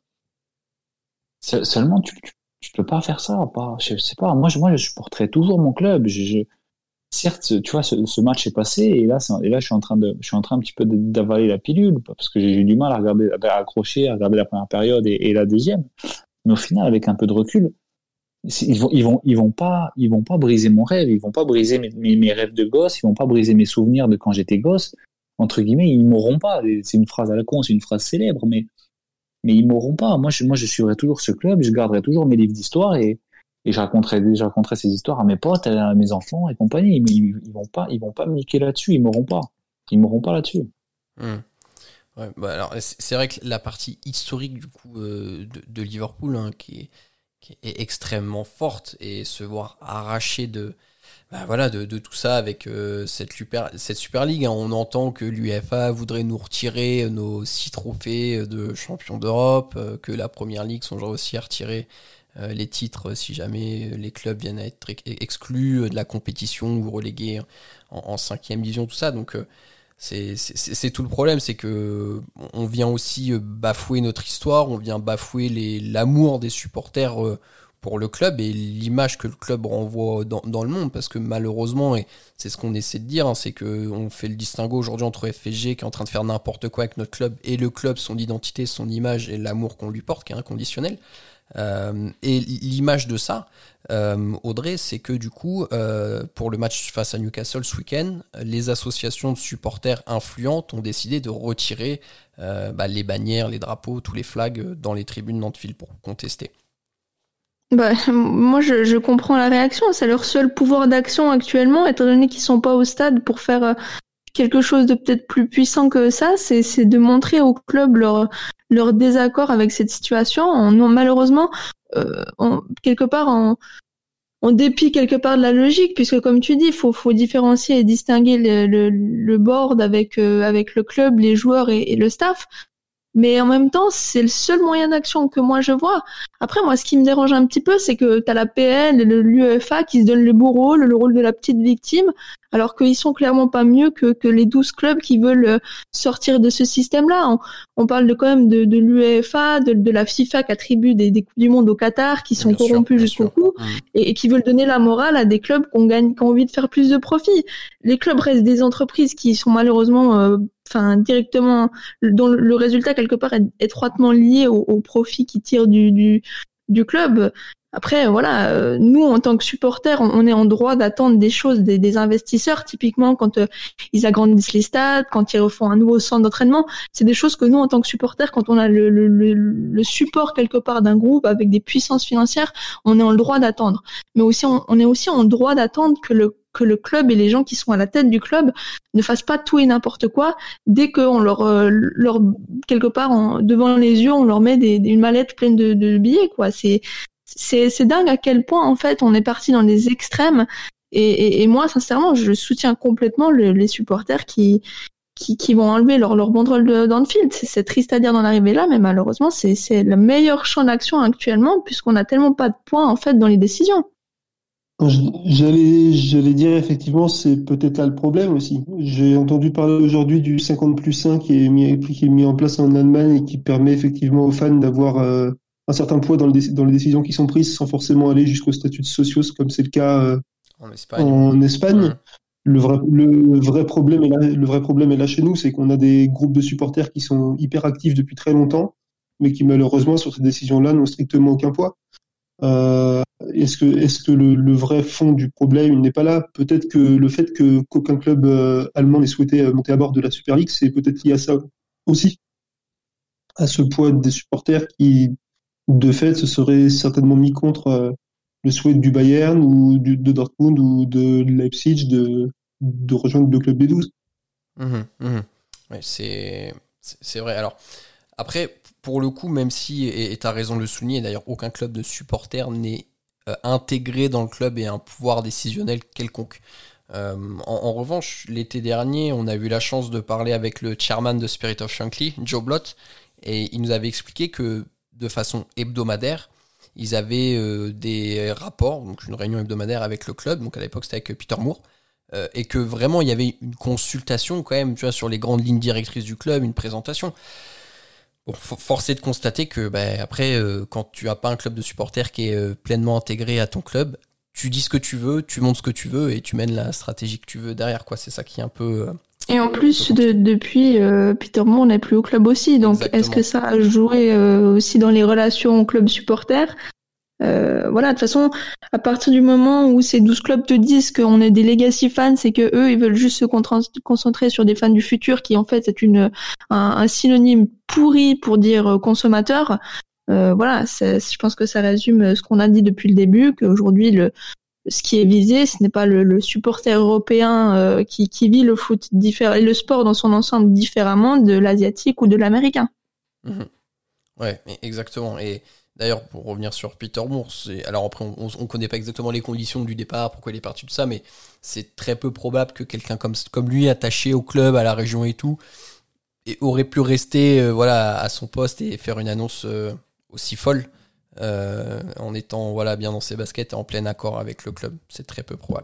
tu peux pas faire ça. Je sais pas. Moi, je supporterai toujours mon club. Certes, tu vois, ce match est passé et là, je suis en train un petit peu d'avaler la pilule parce que j'ai eu du mal à accrocher, à regarder la première période et la deuxième. Mais au final, avec un peu de recul, ils vont pas briser mon rêve, ils vont pas briser mes rêves de gosse, ils vont pas briser mes souvenirs de quand j'étais gosse. Entre guillemets, ils m'auront pas. C'est une phrase à la con, c'est une phrase célèbre, mais ils m'auront pas. Moi, je suivrai toujours ce club, je garderai toujours mes livres d'histoire et je raconterai ces histoires à mes potes, à mes enfants et compagnie. Mais ils vont pas me niquer là-dessus, ils m'auront pas là-dessus. Ouais, bah alors c'est vrai que la partie historique du coup de Liverpool hein, qui est extrêmement forte et se voir arracher de tout ça avec cette Super League. Hein. On entend que l'UEFA voudrait nous retirer nos 6 trophées de champion d'Europe, que la Première Ligue songerait aussi à retirer les titres si jamais les clubs viennent à être exclus de la compétition ou relégués en 5e division, tout ça. Donc c'est tout le problème, c'est que on vient aussi bafouer notre histoire, on vient bafouer l'amour des supporters pour le club et l'image que le club renvoie dans le monde, parce que malheureusement, et c'est ce qu'on essaie de dire, hein, c'est qu'on fait le distinguo aujourd'hui entre FSG qui est en train de faire n'importe quoi avec notre club et le club, son identité, son image et l'amour qu'on lui porte qui est inconditionnel. Et l'image de ça, Audrey, c'est que du coup, pour le match face à Newcastle ce week-end, les associations de supporters influentes ont décidé de retirer les bannières, les drapeaux, tous les flags dans les tribunes d'Anfield pour contester. Bah, moi, je comprends la réaction. C'est leur seul pouvoir d'action actuellement, étant donné qu'ils sont pas au stade pour faire quelque chose de peut-être plus puissant que ça. C'est de montrer au club leur désaccord avec cette situation. Malheureusement, quelque part, en dépit quelque part de la logique, puisque comme tu dis, faut différencier et distinguer le board avec le club, les joueurs et le staff. Mais en même temps, c'est le seul moyen d'action que moi je vois. Après, moi, ce qui me dérange un petit peu, c'est que t'as la PL, l'UEFA qui se donne le beau rôle, le rôle de la petite victime, alors qu'ils sont clairement pas mieux que les 12 clubs qui veulent sortir de ce système-là. On parle quand même de l'UEFA, de la FIFA qui attribue des Coupes du Monde au Qatar, qui sont corrompus jusqu'au cou, et qui veulent donner la morale à des clubs qui ont envie de faire plus de profit. Les clubs restent des entreprises qui sont malheureusement directement, dont le résultat quelque part est étroitement lié au profit qu'ils tirent du club. Après, voilà, nous en tant que supporters, on est en droit d'attendre des choses des investisseurs. Typiquement, quand ils agrandissent les stades, quand ils refont un nouveau centre d'entraînement, c'est des choses que nous en tant que supporters, quand on a le support quelque part d'un groupe avec des puissances financières, on est en droit d'attendre. Mais aussi, on est aussi en droit d'attendre que le club et les gens qui sont à la tête du club ne fassent pas tout et n'importe quoi dès qu'on leur quelque part devant les yeux on leur met une mallette pleine de billets quoi. C'est dingue à quel point en fait on est parti dans les extrêmes et moi sincèrement je soutiens complètement les supporters qui vont enlever leur banderole d'Anfield. C'est triste à dire d'en arriver là, mais malheureusement c'est le meilleur champ d'action actuellement puisqu'on a tellement pas de poids en fait dans les décisions. J'allais dire effectivement, c'est peut-être là le problème aussi. J'ai entendu parler aujourd'hui du 50+1 qui est mis en place en Allemagne et qui permet effectivement aux fans d'avoir un certain poids dans les décisions qui sont prises sans forcément aller jusqu'au statut de socios comme c'est le cas en Espagne. Ouais. Le vrai problème est là chez nous, c'est qu'on a des groupes de supporters qui sont hyper actifs depuis très longtemps, mais qui malheureusement sur ces décisions-là n'ont strictement aucun poids. Est-ce que le vrai fond du problème il n'est pas là? Peut-être que le fait qu'aucun club allemand n'ait souhaité monter à bord de la Super League, c'est peut-être lié à ça aussi, à ce poids des supporters qui, de fait, se seraient certainement mis contre le souhait du Bayern ou de Dortmund ou de Leipzig de rejoindre le club des 12. Ouais, c'est vrai. Alors après, pour le coup, même si, et tu as raison de le souligner, d'ailleurs, aucun club de supporters n'est intégré dans le club et a un pouvoir décisionnel quelconque. En revanche, l'été dernier, on a eu la chance de parler avec le chairman de Spirit of Shankly, Joe Blott, et il nous avait expliqué que de façon hebdomadaire, ils avaient des rapports, donc une réunion hebdomadaire avec le club, donc à l'époque c'était avec Peter Moore, et que vraiment il y avait une consultation quand même, tu vois, sur les grandes lignes directrices du club, une présentation. Bon, force est de constater que après, quand tu n'as pas un club de supporters qui est pleinement intégré à ton club, tu dis ce que tu veux, tu montes ce que tu veux et tu mènes la stratégie que tu veux derrière, quoi. C'est ça qui est un peu... Et en plus, depuis, Peter Moore n'est plus au club aussi. Donc, Exactement. est-ce que ça a joué aussi dans les relations club-supporter? Voilà, de toute façon, à partir du moment où ces 12 clubs te disent qu'on est des legacy fans, c'est que eux, ils veulent juste se concentrer sur des fans du futur, qui en fait est un synonyme pourri pour dire consommateur. Voilà, je pense que ça résume ce qu'on a dit depuis le début, qu'aujourd'hui, ce qui est visé, ce n'est pas le supporter européen qui vit le foot et le sport dans son ensemble différemment de l'asiatique ou de l'américain. Mmh. Ouais, exactement. Et d'ailleurs, pour revenir sur Peter Moore, alors après, on connaît pas exactement les conditions du départ, pourquoi il est parti de ça, mais c'est très peu probable que quelqu'un comme lui, attaché au club, à la région et tout, aurait pu rester à son poste et faire une annonce aussi folle en étant bien dans ses baskets et en plein accord avec le club. C'est très peu probable.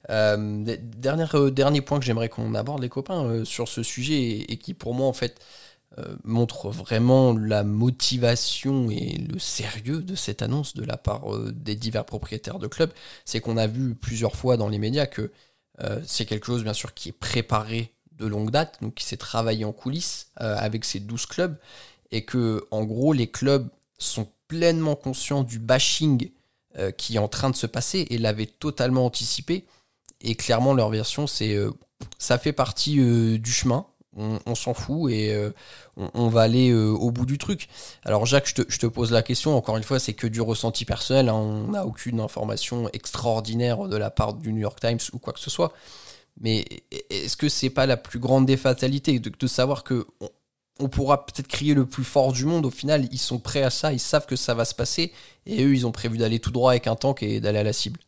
Dernier point que j'aimerais qu'on aborde, les copains, sur ce sujet et qui pour moi en fait montre vraiment la motivation et le sérieux de cette annonce de la part des divers propriétaires de clubs, c'est qu'on a vu plusieurs fois dans les médias que c'est quelque chose bien sûr qui est préparé de longue date, donc qui s'est travaillé en coulisses avec ces 12 clubs, et que en gros les clubs sont pleinement conscients du bashing qui est en train de se passer et l'avaient totalement anticipé, et clairement leur version c'est ça fait partie du chemin, on s'en fout et on va aller au bout du truc. Alors Jacques, je te pose la question, encore une fois c'est que du ressenti personnel, hein, on n'a aucune information extraordinaire de la part du New York Times ou quoi que ce soit, mais est-ce que c'est pas la plus grande des fatalités de savoir que on pourra peut-être crier le plus fort du monde, au final ils sont prêts à ça, ils savent que ça va se passer et eux ils ont prévu d'aller tout droit avec un tank et d'aller à la cible?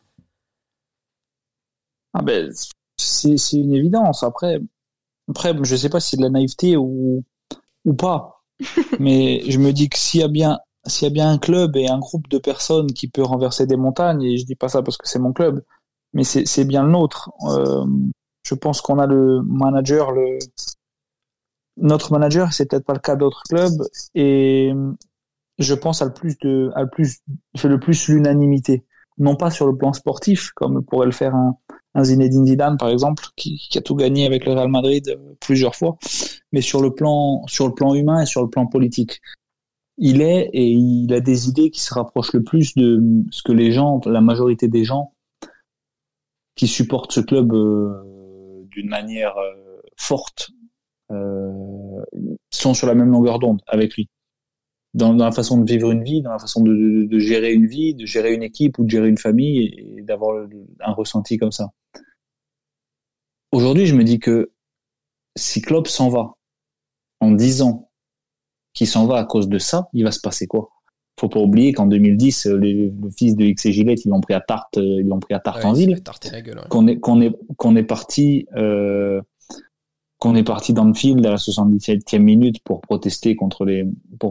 C'est une évidence. Après je sais pas si c'est de la naïveté ou pas, mais je me dis que s'il y a bien un club et un groupe de personnes qui peut renverser des montagnes, et je dis pas ça parce que c'est mon club, mais c'est bien le nôtre. Je pense qu'on a notre manager, c'est peut-être pas le cas d'autres clubs, et je pense fait le plus l'unanimité, non pas sur le plan sportif comme pourrait le faire un Zinedine Zidane par exemple, qui a tout gagné avec le Real Madrid plusieurs fois, mais sur le plan humain et sur le plan politique. Il a des idées qui se rapprochent le plus de ce que la majorité des gens qui supportent ce club d'une manière forte sont sur la même longueur d'onde avec lui, dans la façon de vivre une vie, dans la façon de gérer une vie, de gérer une équipe ou de gérer une famille, et d'avoir un ressenti comme ça. Aujourd'hui, je me dis que si Klopp s'en va en disant qu'il s'en va à cause de ça, il va se passer quoi? Faut pas oublier qu'en 2010, le fils de X et Gillette, ils l'ont pris à Tarte en ville. Qu'on est parti dans le field à la 77e minute pour protester contre le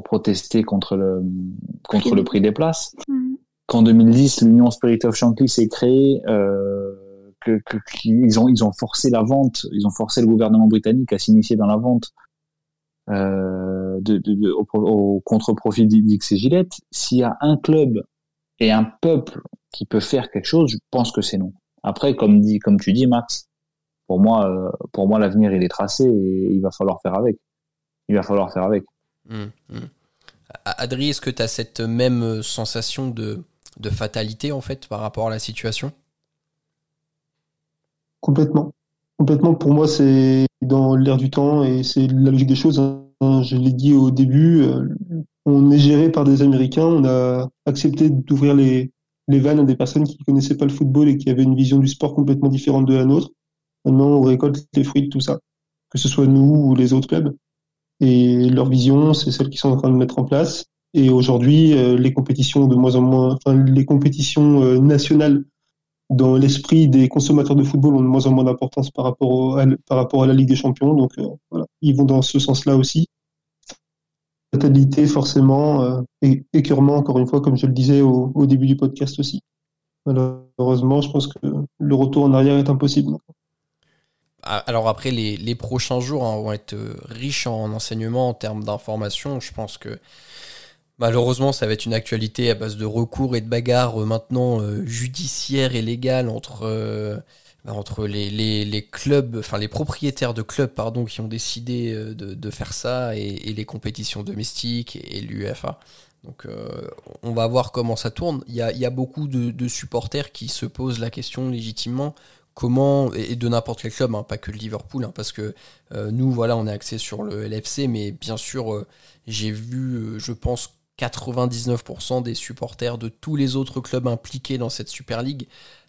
prix des places. Qu'en 2010, l'Union Spirit of Shankly s'est créée, qu'ils ont forcé la vente, ils ont forcé le gouvernement britannique à s'initier dans la vente au contre-profit d'X et Gillette. S'il y a un club et un peuple qui peut faire quelque chose, je pense que c'est nous. Après, comme tu dis, Max, pour moi, l'avenir il est tracé et il va falloir faire avec. Adri, est-ce que tu as cette même sensation de fatalité en fait par rapport à la situation? Complètement. Pour moi, c'est dans l'air du temps et c'est la logique des choses. Je l'ai dit au début, on est géré par des Américains. On a accepté d'ouvrir les vannes à des personnes qui ne connaissaient pas le football et qui avaient une vision du sport complètement différente de la nôtre. Maintenant, on récolte les fruits de tout ça, que ce soit nous ou les autres clubs. Et leur vision, c'est celle qu'ils sont en train de mettre en place. Et aujourd'hui, les compétitions les compétitions nationales dans l'esprit des consommateurs de football ont de moins en moins d'importance par rapport à la Ligue des Champions. Donc voilà, ils vont dans ce sens-là aussi. fatalité forcément, écœurement encore une fois, comme je le disais au début du podcast aussi. Malheureusement, je pense que le retour en arrière est impossible. Alors après, les prochains jours vont être riches en enseignements, en termes d'informations. Je pense que malheureusement, ça va être une actualité à base de recours et de bagarres maintenant judiciaires et légales entre les clubs, enfin les propriétaires de clubs, pardon, qui ont décidé de faire ça et les compétitions domestiques et l'UEFA. Donc on va voir comment ça tourne. Il y a beaucoup de supporters qui se posent la question légitimement comment, et de n'importe quel club, pas que le Liverpool, parce que nous voilà, on est axé sur le LFC, mais bien sûr j'ai vu je pense 99% des supporters de tous les autres clubs impliqués dans cette Super League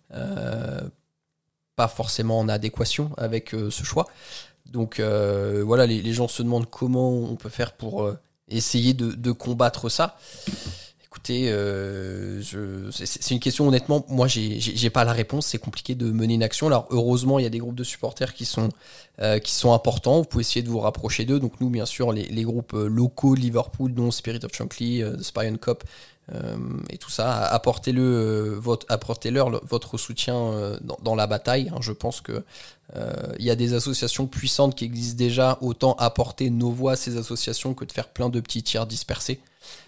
pas forcément en adéquation avec ce choix. Donc voilà, les gens se demandent comment on peut faire pour essayer de combattre ça. Écoutez, c'est une question, honnêtement, moi j'ai pas la réponse, c'est compliqué de mener une action. Alors heureusement, il y a des groupes de supporters qui sont importants, vous pouvez essayer de vous rapprocher d'eux. Donc nous, bien sûr, les groupes locaux de Liverpool, dont Spirit of Shankly, The Spion Cup, et tout ça, apportez-leur votre soutien dans la bataille. Je pense que il y a des associations puissantes qui existent déjà, autant apporter nos voix à ces associations que de faire plein de petits tirs dispersés.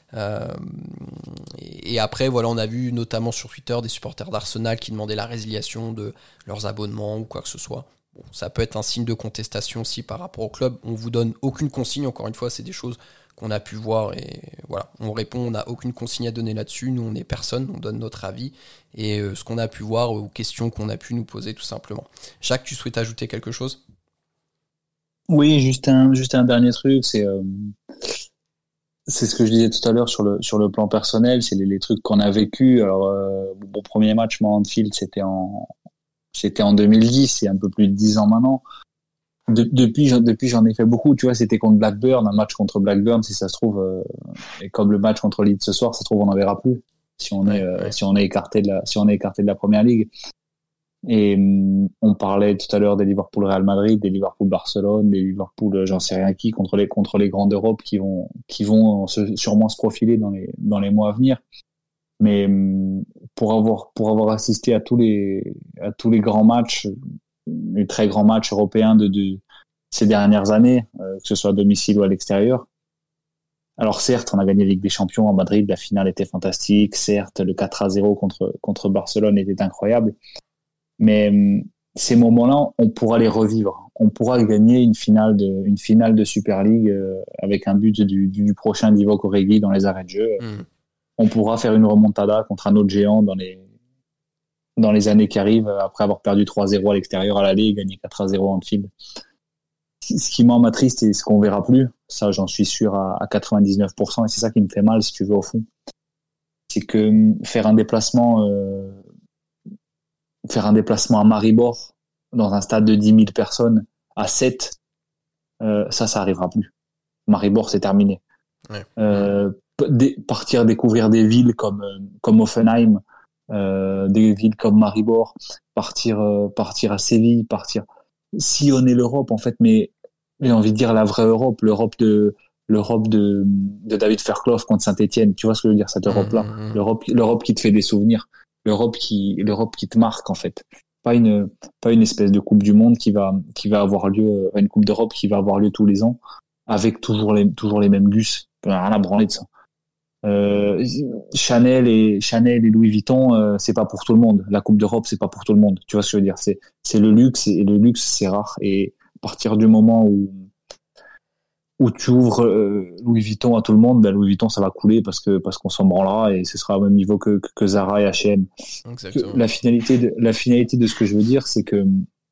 Et après voilà, on a vu notamment sur Twitter des supporters d'Arsenal qui demandaient la résiliation de leurs abonnements ou quoi que ce soit. Bon, ça peut être un signe de contestation aussi par rapport au club. On vous donne aucune consigne, encore une fois, c'est des choses qu'on a pu voir et voilà, on répond, on n'a aucune consigne à donner là-dessus. Nous on est personne, on donne notre avis et ce qu'on a pu voir aux questions qu'on a pu nous poser tout simplement. Jacques, tu souhaites ajouter quelque chose ? Oui, juste un dernier truc, c'est ce que je disais tout à l'heure sur le plan personnel, c'est les trucs qu'on a vécu. Alors mon premier match moi Anfield, c'était en 2010, c'est un peu plus de 10 ans maintenant. Depuis j'en ai fait beaucoup, tu vois, c'était contre Blackburn, un match contre Blackburn, si ça se trouve et comme le match contre Leeds ce soir, ça se trouve on n'en verra plus si on est écarté de la première ligue. Et on parlait tout à l'heure des Liverpool Real Madrid, des Liverpool Barcelone, des Liverpool j'en sais rien qui contre les grands d'Europe qui vont sûrement se profiler dans les mois à venir. Mais pour avoir assisté à tous les grands matchs, les très grands matchs européens de ces dernières années, que ce soit à domicile ou à l'extérieur. Alors certes, on a gagné la Ligue des Champions à Madrid, la finale était fantastique. Certes, le 4-0 contre Barcelone était incroyable. Mais ces moments-là, on pourra les revivre. On pourra gagner une finale de Super League avec un but du prochain Divock Origi dans les arrêts de jeu. On pourra faire une remontada contre un autre géant dans les années qui arrivent après avoir perdu 3-0 à l'extérieur à l'aller et gagné 4-0 en Anfield. Ce qui m'attriste et ce qu'on verra plus, ça j'en suis sûr à 99%, et c'est ça qui me fait mal si tu veux au fond, c'est que faire un déplacement à Maribor dans un stade de 10 000 personnes à 7, ça arrivera plus. Maribor, c'est terminé. Ouais. Partir découvrir des villes comme Offenheim, des villes comme Maribor, partir à Séville, sillonner l'Europe en fait, mais j'ai envie de dire la vraie Europe, l'Europe de David Fairclough contre Saint-Etienne. Tu vois ce que je veux dire, cette Europe-là, l'Europe qui te fait des souvenirs. L'Europe qui te marque en fait, pas une espèce de coupe du monde qui va avoir lieu, une coupe d'Europe qui va avoir lieu tous les ans avec toujours les mêmes gus, rien à branler de ça. Chanel et Louis Vuitton, c'est pas pour tout le monde. La coupe d'Europe, c'est pas pour tout le monde. Tu vois ce que je veux dire, c'est le luxe, et le luxe c'est rare, et à partir du moment où tu ouvres Louis Vuitton à tout le monde, Louis Vuitton ça va couler parce qu'on s'en branlera et ce sera au même niveau que Zara et H&M. Exactement. La finalité de ce que je veux dire, c'est que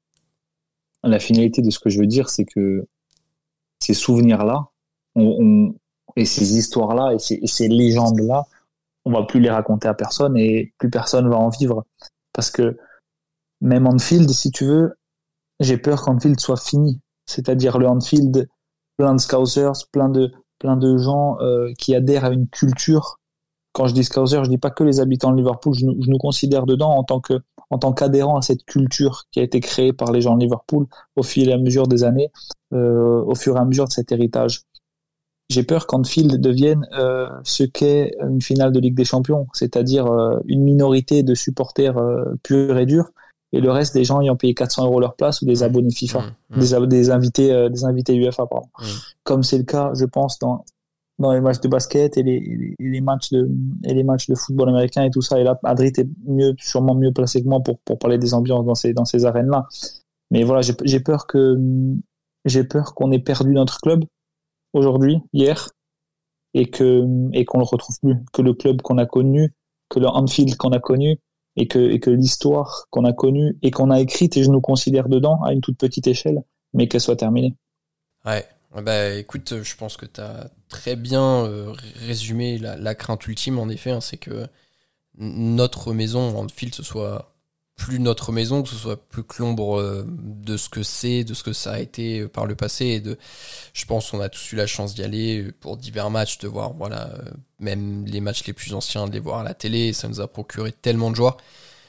ces souvenirs-là, et ces histoires-là et ces légendes-là, on va plus les raconter à personne et plus personne va en vivre. Parce que même Anfield, si tu veux, j'ai peur qu'Anfield soit fini. C'est-à-dire le Anfield plein de Scousers, plein de gens qui adhèrent à une culture. Quand je dis Scousers, je dis pas que les habitants de Liverpool, je nous considère dedans en tant qu'adhérents à cette culture qui a été créée par les gens de Liverpool au fil et à mesure des années, au fur et à mesure de cet héritage. j'ai peur qu'Anfield devienne ce qu'est une finale de Ligue des Champions, c'est-à-dire une minorité de supporters purs et durs, et le reste des gens ayant payé 400 € leur place ou des abonnés FIFA, des invités UEFA, pardon. Comme c'est le cas, je pense, dans les matchs de basket et les matchs de football américain et tout ça. Et là, Adri est sûrement mieux placé que moi pour parler des ambiances dans ces arènes-là. Mais voilà, j'ai peur qu'on ait perdu notre club aujourd'hui, hier, et qu'on le retrouve plus, que le club qu'on a connu, que le Anfield qu'on a connu, et que l'histoire qu'on a connue et qu'on a écrite, et je nous considère dedans à une toute petite échelle, mais qu'elle soit terminée. Ouais, bah écoute, je pense que tu as très bien résumé la crainte ultime, en effet, hein, c'est que notre maison, Anfield, ce soit plus notre maison, que ce soit plus que l'ombre de ce que c'est, de ce que ça a été par le passé. Et je pense qu'on a tous eu la chance d'y aller pour divers matchs, de voir même les matchs les plus anciens, de les voir à la télé. Et ça nous a procuré tellement de joie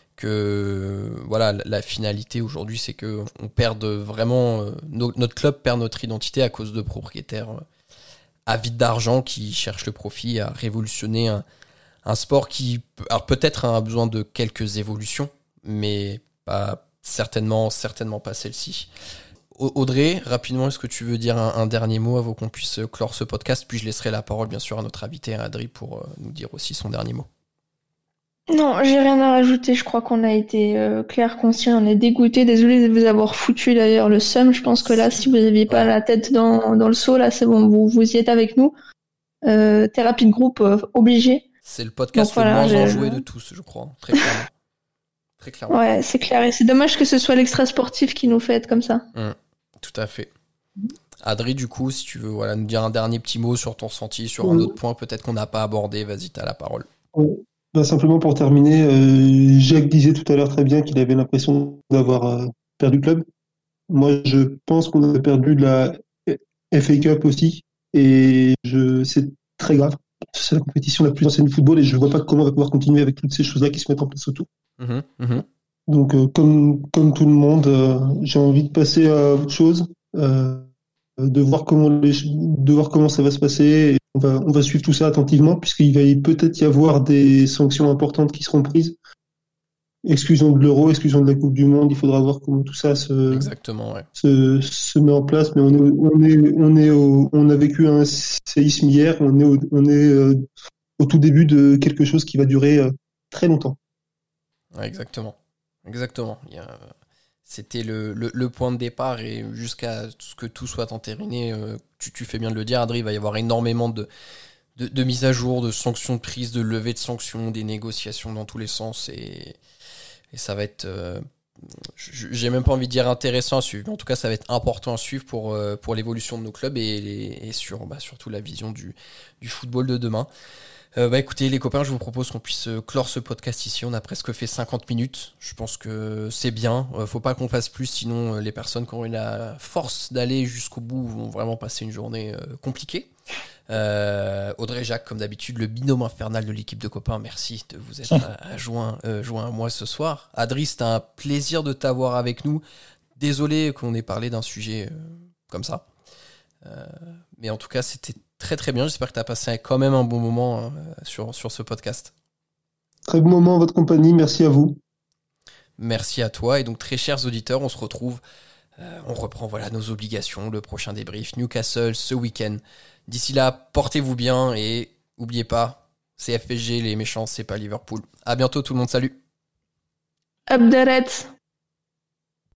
que voilà, la finalité aujourd'hui, c'est que on perd vraiment notre club perd notre identité à cause de propriétaires avides d'argent qui cherchent le profit, à révolutionner un sport qui, alors peut-être a besoin de quelques évolutions, mais certainement pas celle-ci. Audrey, rapidement, est-ce que tu veux dire un dernier mot avant qu'on puisse clore ce podcast? Puis je laisserai la parole bien sûr à notre invité Adri pour nous dire aussi son dernier mot. Non, j'ai rien à rajouter. Je crois qu'on a été clair, concis, on est dégoûté. Désolé de vous avoir foutu d'ailleurs le seum. Je pense que là, si vous n'aviez pas la tête dans le seau, là c'est bon, vous y êtes avec nous. Thérapie de groupe obligé. C'est le podcast le moins enjoué de tous, je crois, très clairement. Très clairement. Ouais, c'est clair. Et c'est dommage que ce soit l'extra sportif qui nous fait être comme ça. Tout à fait. Adri, du coup, si tu veux nous dire un dernier petit mot sur ton ressenti, sur un autre point peut-être qu'on n'a pas abordé, vas-y, t'as la parole. Simplement pour terminer, Jacques disait tout à l'heure très bien qu'il avait l'impression d'avoir perdu le club. Moi, je pense qu'on a perdu de la FA Cup aussi. Et c'est très grave. C'est la compétition la plus ancienne du football et je ne vois pas comment on va pouvoir continuer avec toutes ces choses-là qui se mettent en place autour. Donc, comme tout le monde, j'ai envie de passer à autre chose, de voir comment ça va se passer. Et on va suivre tout ça attentivement puisqu'il va peut-être y avoir des sanctions importantes qui seront prises. Exclusion de l'Euro, exclusion de la Coupe du Monde. Il faudra voir comment tout ça se met en place. Mais on a vécu un séisme hier. On est au tout début de quelque chose qui va durer très longtemps. Ouais, exactement. C'était le point de départ et jusqu'à ce que tout soit entériné, tu fais bien de le dire, Adri, il va y avoir énormément de mises à jour, de sanctions de prise, de levée de sanctions, des négociations dans tous les sens et ça va être, j'ai même pas envie de dire intéressant à suivre, mais en tout cas ça va être important à suivre pour l'évolution de nos clubs et surtout la vision du football de demain. Écoutez les copains, je vous propose qu'on puisse clore ce podcast ici. On a presque fait 50 minutes. Je pense que c'est bien. Faut pas qu'on fasse plus, sinon les personnes qui ont eu la force d'aller jusqu'au bout vont vraiment passer une journée compliquée. Audrey et Jacques, comme d'habitude, le binôme infernal de l'équipe de copains. Merci de vous être joint à moi ce soir. Adri, c'était un plaisir de t'avoir avec nous. Désolé qu'on ait parlé d'un sujet comme ça. Mais en tout cas, c'était très très bien. J'espère que tu as passé quand même un bon moment sur ce podcast. Très bon moment en votre compagnie. Merci à vous. Merci à toi. Et donc, très chers auditeurs, on se retrouve. On reprend nos obligations. Le prochain débrief, Newcastle, ce week-end. D'ici là, portez-vous bien et n'oubliez pas, c'est FPG, les méchants, c'est pas Liverpool. À bientôt tout le monde, salut. Up the Reds.